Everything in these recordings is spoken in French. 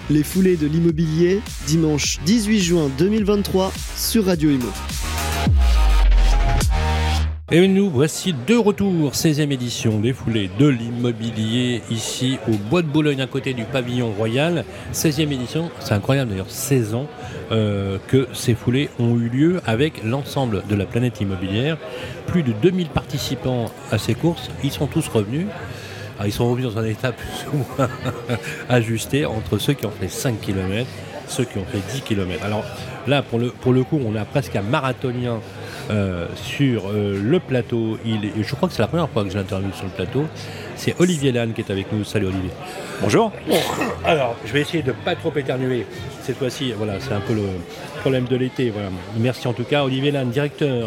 Les foulées de l'immobilier, dimanche 18 juin 2023 sur Radio Imo. Et nous voici de retour, 16e édition des foulées de l'immobilier, ici au Bois de Boulogne, à côté du pavillon royal. 16e édition, c'est incroyable d'ailleurs, 16 ans que ces foulées ont eu lieu avec l'ensemble de la planète immobilière. Plus de 2000 participants à ces courses, ils sont tous revenus. Alors, ils sont revenus dans un état plus ou moins ajusté entre ceux qui ont fait 5 km, ceux qui ont fait 10 km. Alors là, pour le coup, on a presque un marathonien sur le plateau. Je crois que c'est la première fois que je l'interviewe sur le plateau. C'est Olivier Lannes qui est avec nous. Salut Olivier. Bonjour. Alors, je vais essayer de ne pas trop éternuer cette fois-ci. Voilà, c'est un peu le problème de l'été. Voilà. Merci en tout cas, Olivier Lannes, directeur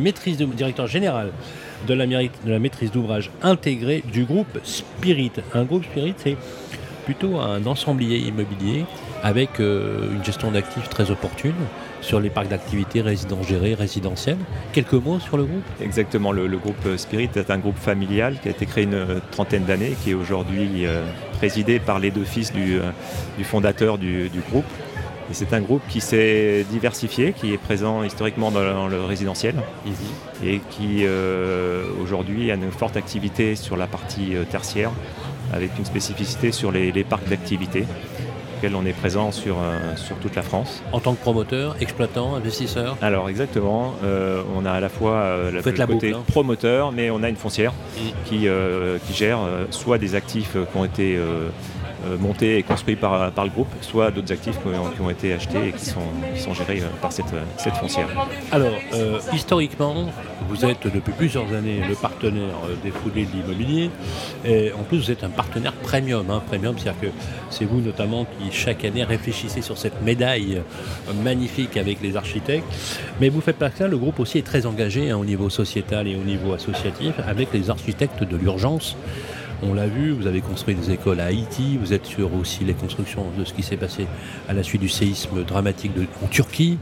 général de la maîtrise d'ouvrage intégrée du groupe Spirit. Un groupe Spirit, c'est plutôt un ensemblier immobilier avec une gestion d'actifs très opportune sur les parcs d'activités résidentiels. Quelques mots sur le groupe ? Exactement, le groupe Spirit est un groupe familial qui a été créé une trentaine d'années, qui est aujourd'hui présidé par les deux fils du fondateur du groupe. Et c'est un groupe qui s'est diversifié, qui est présent historiquement dans le résidentiel et qui aujourd'hui a une forte activité sur la partie tertiaire, avec une spécificité sur les parcs d'activités. On est présent sur toute la France. En tant que promoteur, exploitant, investisseur ? Alors exactement, on a à la fois le côté promoteur, mais on a une foncière qui gère soit des actifs qui ont été montés et construits par le groupe, soit d'autres actifs qui ont été achetés et qui sont gérés par cette foncière. Alors, historiquement, vous êtes depuis plusieurs années le partenaire des foulées de l'immobilier. Et en plus, vous êtes un partenaire premium. Premium, c'est-à-dire que c'est vous notamment qui, chaque année, réfléchissez sur cette médaille magnifique avec les architectes. Mais vous faites pas que ça, le groupe aussi est très engagé au niveau sociétal et au niveau associatif avec les architectes de l'urgence. On l'a vu, vous avez construit des écoles à Haïti, vous êtes sur aussi les constructions de ce qui s'est passé à la suite du séisme dramatique en Turquie.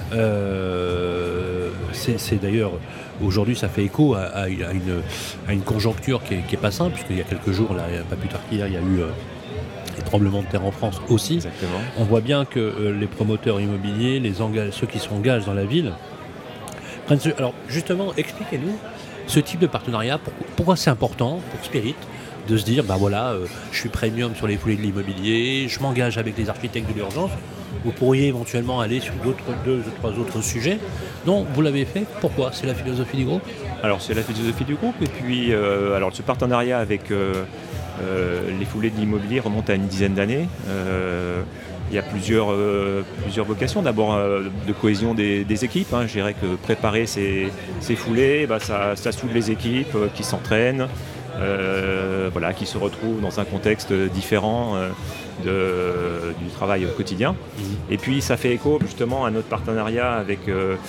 C'est d'ailleurs, aujourd'hui, ça fait écho à une conjoncture qui est pas simple, puisqu'il y a quelques jours, là, pas plus tard qu'hier, il y a eu des tremblements de terre en France aussi. Exactement. On voit bien que les promoteurs immobiliers, ceux qui s'engagent dans la ville, alors justement, expliquez-nous ce type de partenariat, pourquoi c'est important pour Spirit de se dire, je suis premium sur les foulées de l'immobilier, je m'engage avec les architectes de l'urgence. Vous pourriez éventuellement aller sur deux ou trois autres sujets. Donc, vous l'avez fait. Pourquoi ? C'est la philosophie du groupe ? Alors, c'est la philosophie du groupe. Et puis, ce partenariat avec les foulées de l'immobilier remonte à une dizaine d'années. Il y a plusieurs vocations. D'abord, de cohésion des équipes. Je dirais que préparer ces foulées, ça soude les équipes qui s'entraînent, qui se retrouvent dans un contexte différent du travail quotidien. Et puis, ça fait écho justement à notre partenariat avec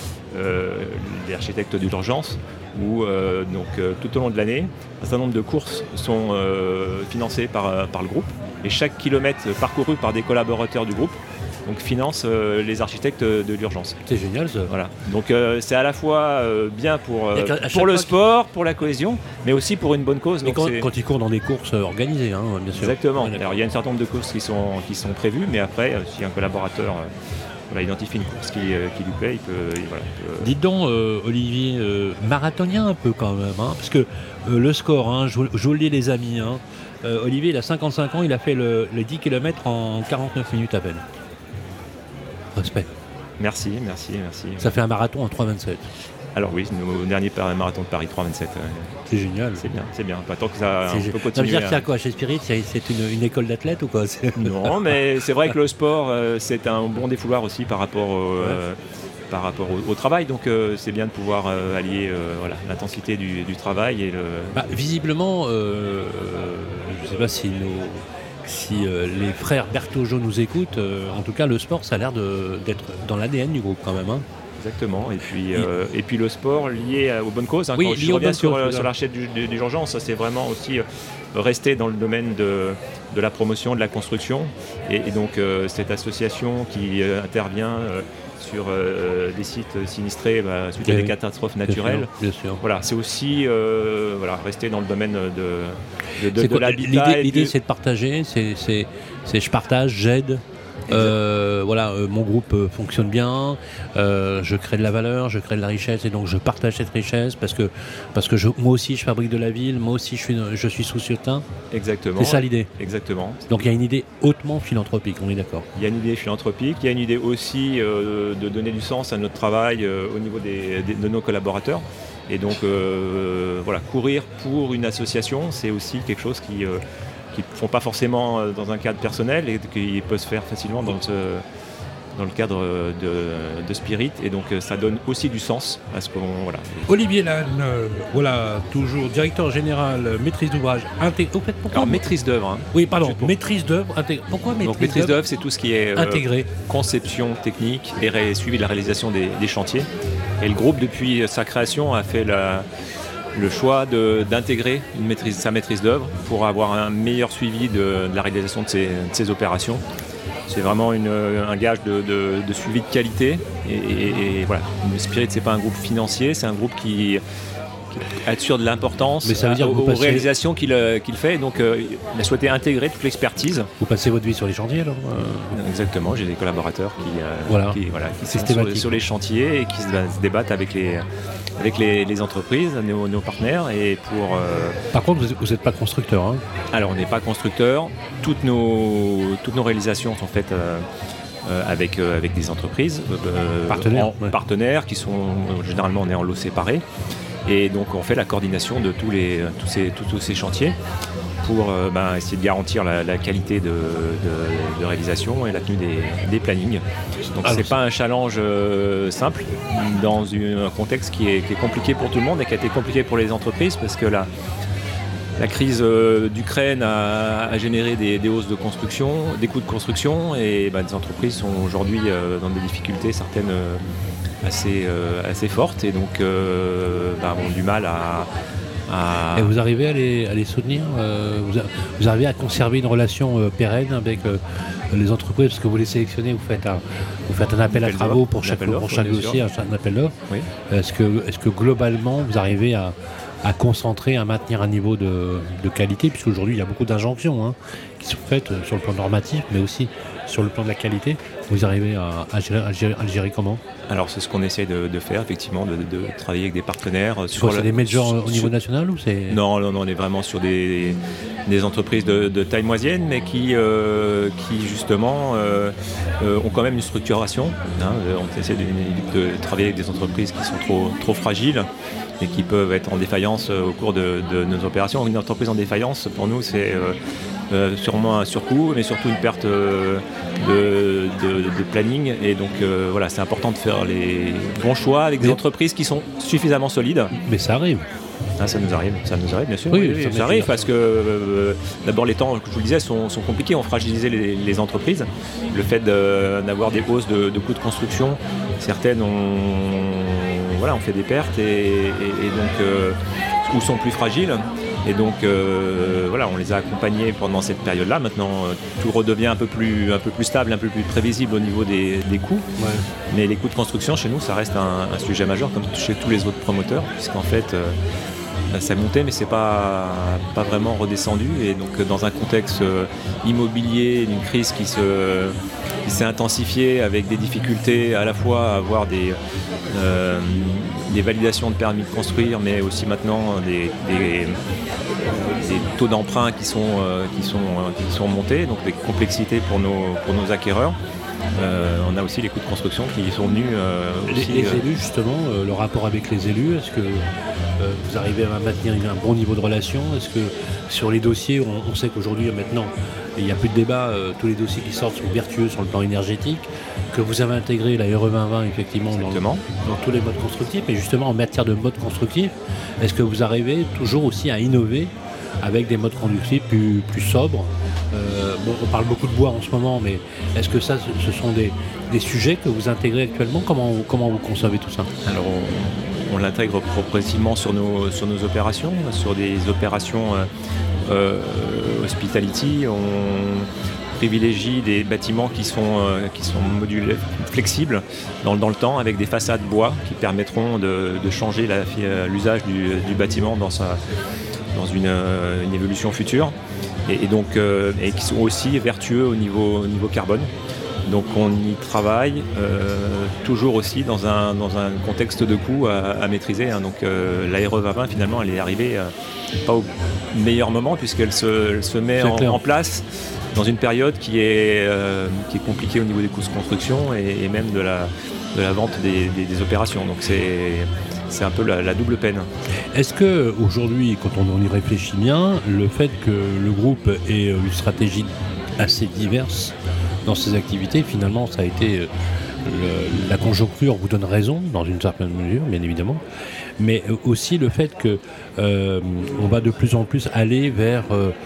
les architectes de l'urgence, où tout au long de l'année, un certain nombre de courses sont financées par le groupe. Et chaque kilomètre parcouru par des collaborateurs du groupe finance les architectes de l'urgence. C'est génial ça. Voilà. Donc c'est à la fois bien pour le sport, pour la cohésion, mais aussi pour une bonne cause. Mais quand ils courent dans des courses organisées, bien sûr. Exactement. Alors, il y a un certain nombre de courses qui sont prévues, mais après, si un collaborateur identifie une course qui lui plaît, il peut. Dites donc, Olivier, marathonien un peu quand même, parce que le score, je vous le dis les amis, Olivier, il a 55 ans, il a fait les 10 km en 49 minutes à peine. Respect. Merci. Ça fait un marathon en 3,27. Alors oui, nos derniers marathons de Paris, 3,27. C'est génial. C'est bien. Pas tant que ça, on peut continuer. Ça veut dire qu'il y a quoi chez Spirit ? C'est une école d'athlètes ou quoi ? Non, mais c'est vrai que le sport, c'est un bon défouloir aussi par rapport au travail. Donc c'est bien de pouvoir allier l'intensité du travail et le... visiblement, je ne sais pas si les frères Bertaugeot nous écoutent, en tout cas le sport ça a l'air d'être dans l'ADN du groupe quand même. Exactement, et puis le sport lié aux bonnes causes. Quand je reviens sur l'architecte d'urgence, ça c'est vraiment aussi rester dans le domaine de la promotion, de la construction, et donc cette association qui intervient sur des sites sinistrés suite à des catastrophes naturelles. Bien sûr. Voilà, c'est aussi rester dans le domaine de l'habitat. L'idée c'est de partager, c'est je partage, j'aide. Mon groupe fonctionne bien, je crée de la valeur, je crée de la richesse et donc je partage cette richesse parce que moi aussi je fabrique de la ville, moi aussi je suis soucietin. Exactement. C'est ça l'idée. Exactement. Donc il y a une idée hautement philanthropique, on est d'accord. Il y a une idée philanthropique, il y a une idée aussi de donner du sens à notre travail au niveau de nos collaborateurs. Et donc courir pour une association, c'est aussi quelque chose qui ne font pas forcément dans un cadre personnel et qui peut se faire facilement dans le cadre de Spirit. Et donc ça donne aussi du sens à ce qu'on... Voilà. Olivier Lannes, toujours directeur général, maîtrise d'ouvrage intégré. Alors maîtrise d'œuvre. Hein. Oui, pardon, maîtrise d'œuvre intégrée. Pourquoi maîtrise d'œuvre, c'est tout ce qui est intégré, conception technique et suivi de la réalisation des chantiers. Et le groupe, depuis sa création, a fait le choix d'intégrer sa maîtrise d'œuvre pour avoir un meilleur suivi de la réalisation de ces opérations. C'est vraiment un gage de suivi de qualité. Et voilà, Spirit, c'est pas un groupe financier, c'est un groupe qui assure de l'importance aux réalisations qu'il fait. Donc, il a souhaité intégrer toute l'expertise. Vous passez votre vie sur les chantiers, alors Exactement, j'ai des collaborateurs qui sont sur les chantiers et qui se débattent avec les entreprises, nos partenaires. Et Par contre, vous n'êtes pas constructeur. Hein. Alors, on n'est pas constructeur. Toutes nos réalisations sont faites avec des entreprises partenaires qui sont généralement on est en lot séparé. Et donc on fait la coordination de tous ces chantiers pour essayer de garantir la qualité de réalisation et la tenue des plannings. Donc c'est pas un challenge simple dans un contexte qui est compliqué pour tout le monde et qui a été compliqué pour les entreprises parce que la crise d'Ukraine a généré des hausses de construction, des coûts de construction et des entreprises sont aujourd'hui dans des difficultés certaines assez fortes et donc ont du mal à... Et vous arrivez à les soutenir vous arrivez à conserver une relation pérenne avec les entreprises parce que vous les sélectionnez, vous faites un appel à travaux pour chaque dossier, un appel d'offres. Oui. Est-ce que globalement vous arrivez à concentrer, à maintenir un niveau de qualité, puisqu'aujourd'hui il y a beaucoup d'injonctions qui sont faites sur le plan normatif, mais aussi sur le plan de la qualité. Vous arrivez à le gérer comment ? Alors c'est ce qu'on essaie de faire, effectivement, de travailler avec des partenaires. C'est des majors au niveau national ou c'est... Non, on est vraiment sur des entreprises de taille moyenne, mais qui justement ont quand même une structuration. On essaie de travailler avec des entreprises qui sont trop fragiles et qui peuvent être en défaillance au cours de nos opérations. Une entreprise en défaillance, pour nous, c'est sûrement un surcoût, mais surtout une perte de planning. Et donc, c'est important de faire les bons choix avec des entreprises qui sont suffisamment solides. Mais ça arrive. Ça nous arrive, bien sûr. Oui, ça arrive parce que d'abord les temps, que je vous le disais, sont compliqués, ont fragilisé les entreprises. Le fait d'avoir des hausses de coûts de construction, certaines ont fait des pertes et donc ou sont plus fragiles. Et donc on les a accompagnés pendant cette période-là. Maintenant, tout redevient un peu plus stable, un peu plus prévisible au niveau des coûts. Ouais. Mais les coûts de construction, chez nous, ça reste un sujet majeur, comme chez tous les autres promoteurs, puisqu'en fait, ça montait, mais c'est pas vraiment redescendu. Et donc, dans un contexte immobilier, d'une crise qui s'est intensifiée avec des difficultés à la fois à avoir des validations de permis de construire, mais aussi maintenant des taux d'emprunt qui sont montés, donc des complexités pour nos acquéreurs. On a aussi les coûts de construction qui sont venus les élus, justement, le rapport avec les élus, est-ce que vous arrivez à maintenir un bon niveau de relation ? Est-ce que sur les dossiers, on sait qu'aujourd'hui, maintenant, il n'y a plus de débat, tous les dossiers qui sortent sont vertueux sur le plan énergétique, que vous avez intégré la RE 2020 effectivement dans tous les modes constructifs, et justement en matière de modes constructifs, est-ce que vous arrivez toujours aussi à innover avec des modes constructifs plus sobres ? On parle beaucoup de bois en ce moment, mais est-ce que ça, ce sont des sujets que vous intégrez actuellement ? Comment vous concevez tout ça ? Alors, on l'intègre progressivement sur nos opérations, sur des opérations hospitality. On privilégie des bâtiments qui sont modulaires, flexibles dans le temps, avec des façades bois qui permettront de changer l'usage du bâtiment dans une évolution future. Et qui sont aussi vertueux au niveau carbone. Donc on y travaille toujours aussi dans un contexte de coût à maîtriser. Hein. Donc la RE2020 finalement elle est arrivée pas au meilleur moment puisqu'elle se met en place dans une période qui est compliquée au niveau des coûts de construction et même de la vente des opérations. Donc c'est un peu la double peine. Est-ce que aujourd'hui, quand on y réfléchit bien, le fait que le groupe ait une stratégie assez diverse dans ses activités, finalement, ça a été la conjoncture vous donne raison dans une certaine mesure, bien évidemment, mais aussi le fait que on va de plus en plus aller vers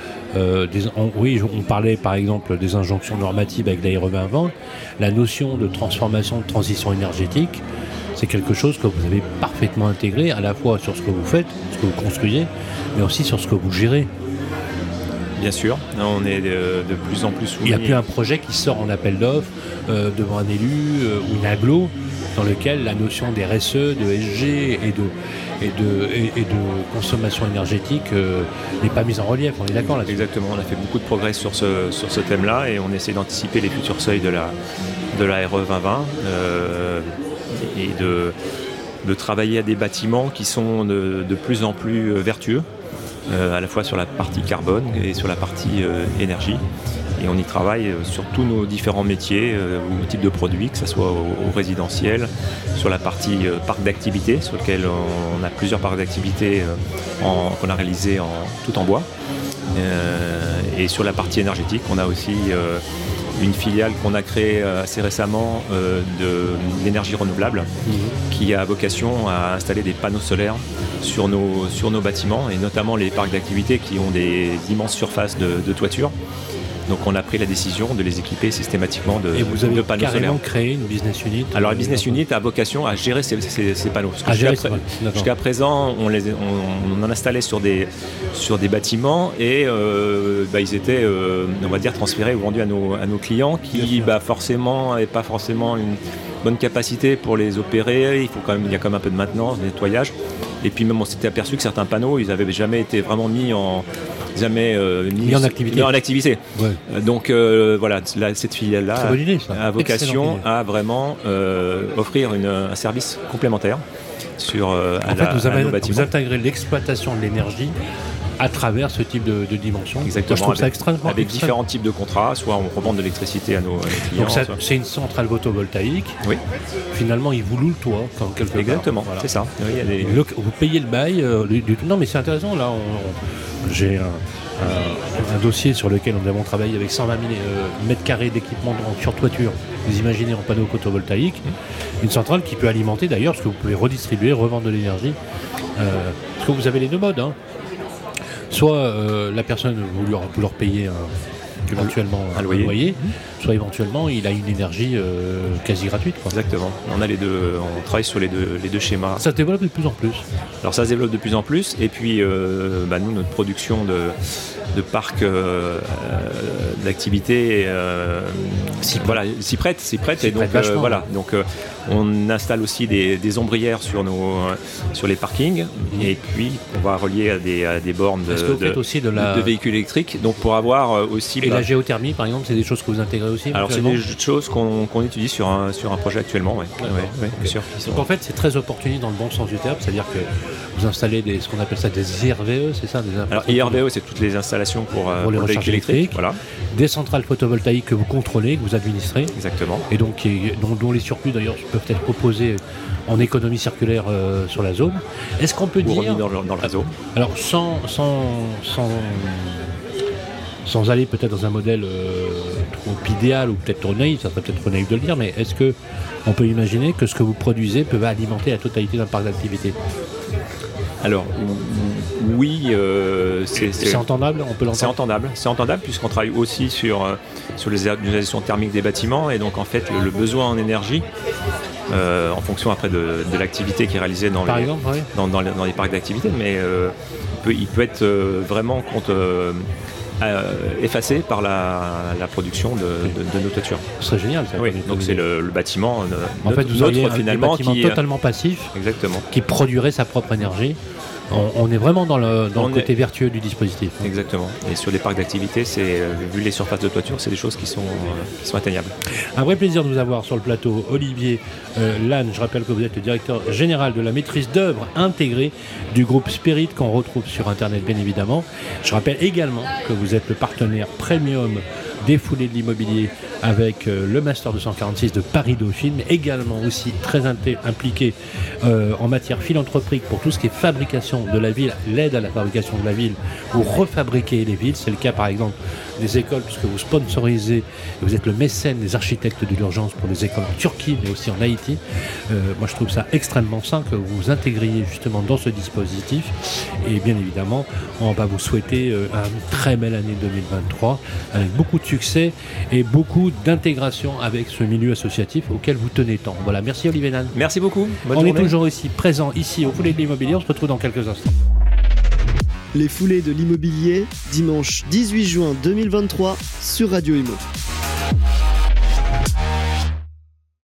on parlait par exemple des injonctions normatives avec la RE2020, la notion de transformation, de transition énergétique. C'est quelque chose que vous avez parfaitement intégré à la fois sur ce que vous faites, ce que vous construisez, mais aussi sur ce que vous gérez. Bien sûr, on est de plus en plus soumis. Il n'y a plus un projet qui sort en appel d'offres devant un élu ou une agglo dans lequel la notion des RSE, de SG et de consommation énergétique n'est pas mise en relief. On est d'accord là-dessus. Exactement, on a fait beaucoup de progrès sur ce thème-là et on essaie d'anticiper les futurs seuils de la RE2020 et de travailler à des bâtiments qui sont de plus en plus vertueux. À la fois sur la partie carbone et sur la partie énergie. Et on y travaille sur tous nos différents métiers ou types de produits, que ce soit au résidentiel, sur la partie parc d'activité, sur lequel on a plusieurs parcs d'activité qu'on a réalisés tout en bois. Et sur la partie énergétique, on a aussi une filiale qu'on a créée assez récemment de l'énergie renouvelable qui a vocation à installer des panneaux solaires sur nos bâtiments et notamment les parcs d'activité qui ont des immenses surfaces de toiture. Donc on a pris la décision de les équiper systématiquement de panneaux solaires. Et vous avez carrément créé une business unit. Alors la business unit a vocation à gérer ces panneaux. Jusqu'à présent, on en installait sur des bâtiments et ils étaient, on va dire, transférés ou vendus à nos clients qui forcément n'avaient pas forcément une bonne capacité pour les opérer. Il y a quand même un peu de maintenance, de nettoyage. Et puis même on s'était aperçu que certains panneaux, ils n'avaient jamais été vraiment mis en activité. Ouais. Donc voilà, cette filiale-là a vocation à vraiment offrir un service complémentaire sur nos bâtiments. Vous intégrez l'exploitation de l'énergie à travers ce type de dimension. Exactement. Moi, je trouve ça extrêmement avec différents types de contrats, soit on revend de l'électricité à nos clients. Donc c'est une centrale photovoltaïque. Oui. Finalement, il vous loue le toit, comme quelque part. Exactement, voilà. C'est ça. Oui, vous payez le bail. Non, mais c'est intéressant. Là, j'ai un dossier sur lequel nous avons travaillé avec 120 000 mètres carrés d'équipement sur toiture. Vous imaginez en panneaux photovoltaïques. Une centrale qui peut alimenter d'ailleurs, parce que vous pouvez redistribuer, revendre de l'énergie. Parce que vous avez les deux modes. Soit la personne, vous leur payez éventuellement un loyer, soit éventuellement il a une énergie quasi gratuite. Quoi. Exactement. On a les deux, on travaille sur les deux schémas. Ça se développe de plus en plus. Alors ça se développe de plus en plus et puis nous, notre production de parcs d'activités s'y prête et donc donc on installe aussi des ombrières sur les parkings et puis on va relier à des bornes de véhicules électriques donc pour avoir aussi la géothermie par exemple, c'est des choses que vous intégrez aussi. Alors c'est des choses qu'on étudie sur un projet actuellement, bien sûr. Donc en fait c'est très opportuniste dans le bon sens du terme, c'est-à-dire que vous installez ce qu'on appelle ça des IRVE, c'est ça? Alors IRVE c'est toutes les installations pour les recharges électriques, voilà. Des centrales photovoltaïques que vous contrôlez, que vous administrez. Exactement. Et donc dont les surplus d'ailleurs peuvent être proposés en économie circulaire sur la zone. Est-ce qu'on peut dire dans le réseau? Alors sans aller peut-être dans un modèle trop idéal ou peut-être trop naïf, ça serait peut-être trop naïf de le dire, mais est-ce qu'on peut imaginer que ce que vous produisez peut alimenter la totalité d'un parc d'activité? Alors oui, c'est entendable, on peut l'entendre. C'est entendable puisqu'on travaille aussi sur les utilisations thermiques des bâtiments et donc en fait le besoin en énergie en fonction après de l'activité qui est réalisée dans les parcs d'activité, mais il peut être vraiment effacé par la production de nos toitures. Ce serait génial. Ça, oui, donc c'est le bâtiment en fait, vous auriez finalement un bâtiment totalement passif, exactement, qui produirait sa propre énergie On est vraiment dans le côté vertueux du dispositif. Exactement. Et sur les parcs d'activités, vu les surfaces de toiture, c'est des choses qui sont atteignables. Un vrai plaisir de vous avoir sur le plateau. Olivier Lannes, je rappelle que vous êtes le directeur général de la maîtrise d'œuvre intégrée du groupe Spirit, qu'on retrouve sur Internet bien évidemment. Je rappelle également que vous êtes le partenaire premium des foulées de l'immobilier avec le Master 246 de Paris-Dauphine, mais également aussi très impliqué en matière philanthropique pour tout ce qui est fabrication de la ville, l'aide à la fabrication de la ville ou refabriquer les villes. C'est le cas par exemple des écoles, puisque vous sponsorisez, vous êtes le mécène des architectes de l'urgence pour les écoles en Turquie, mais aussi en Haïti. Moi je trouve ça extrêmement sain que vous vous intégriez justement dans ce dispositif. Et bien évidemment, on va vous souhaiter une très belle année 2023 avec beaucoup de succès et beaucoup d'intégration avec ce milieu associatif auquel vous tenez tant. Voilà, merci Olivier Lannes. Merci beaucoup. Bonne On journée. est toujours ici, présent ici au Foulées de l'immobilier. On se retrouve dans quelques instants. Les foulées de l'immobilier, dimanche 18 juin 2023 sur Radio Imo.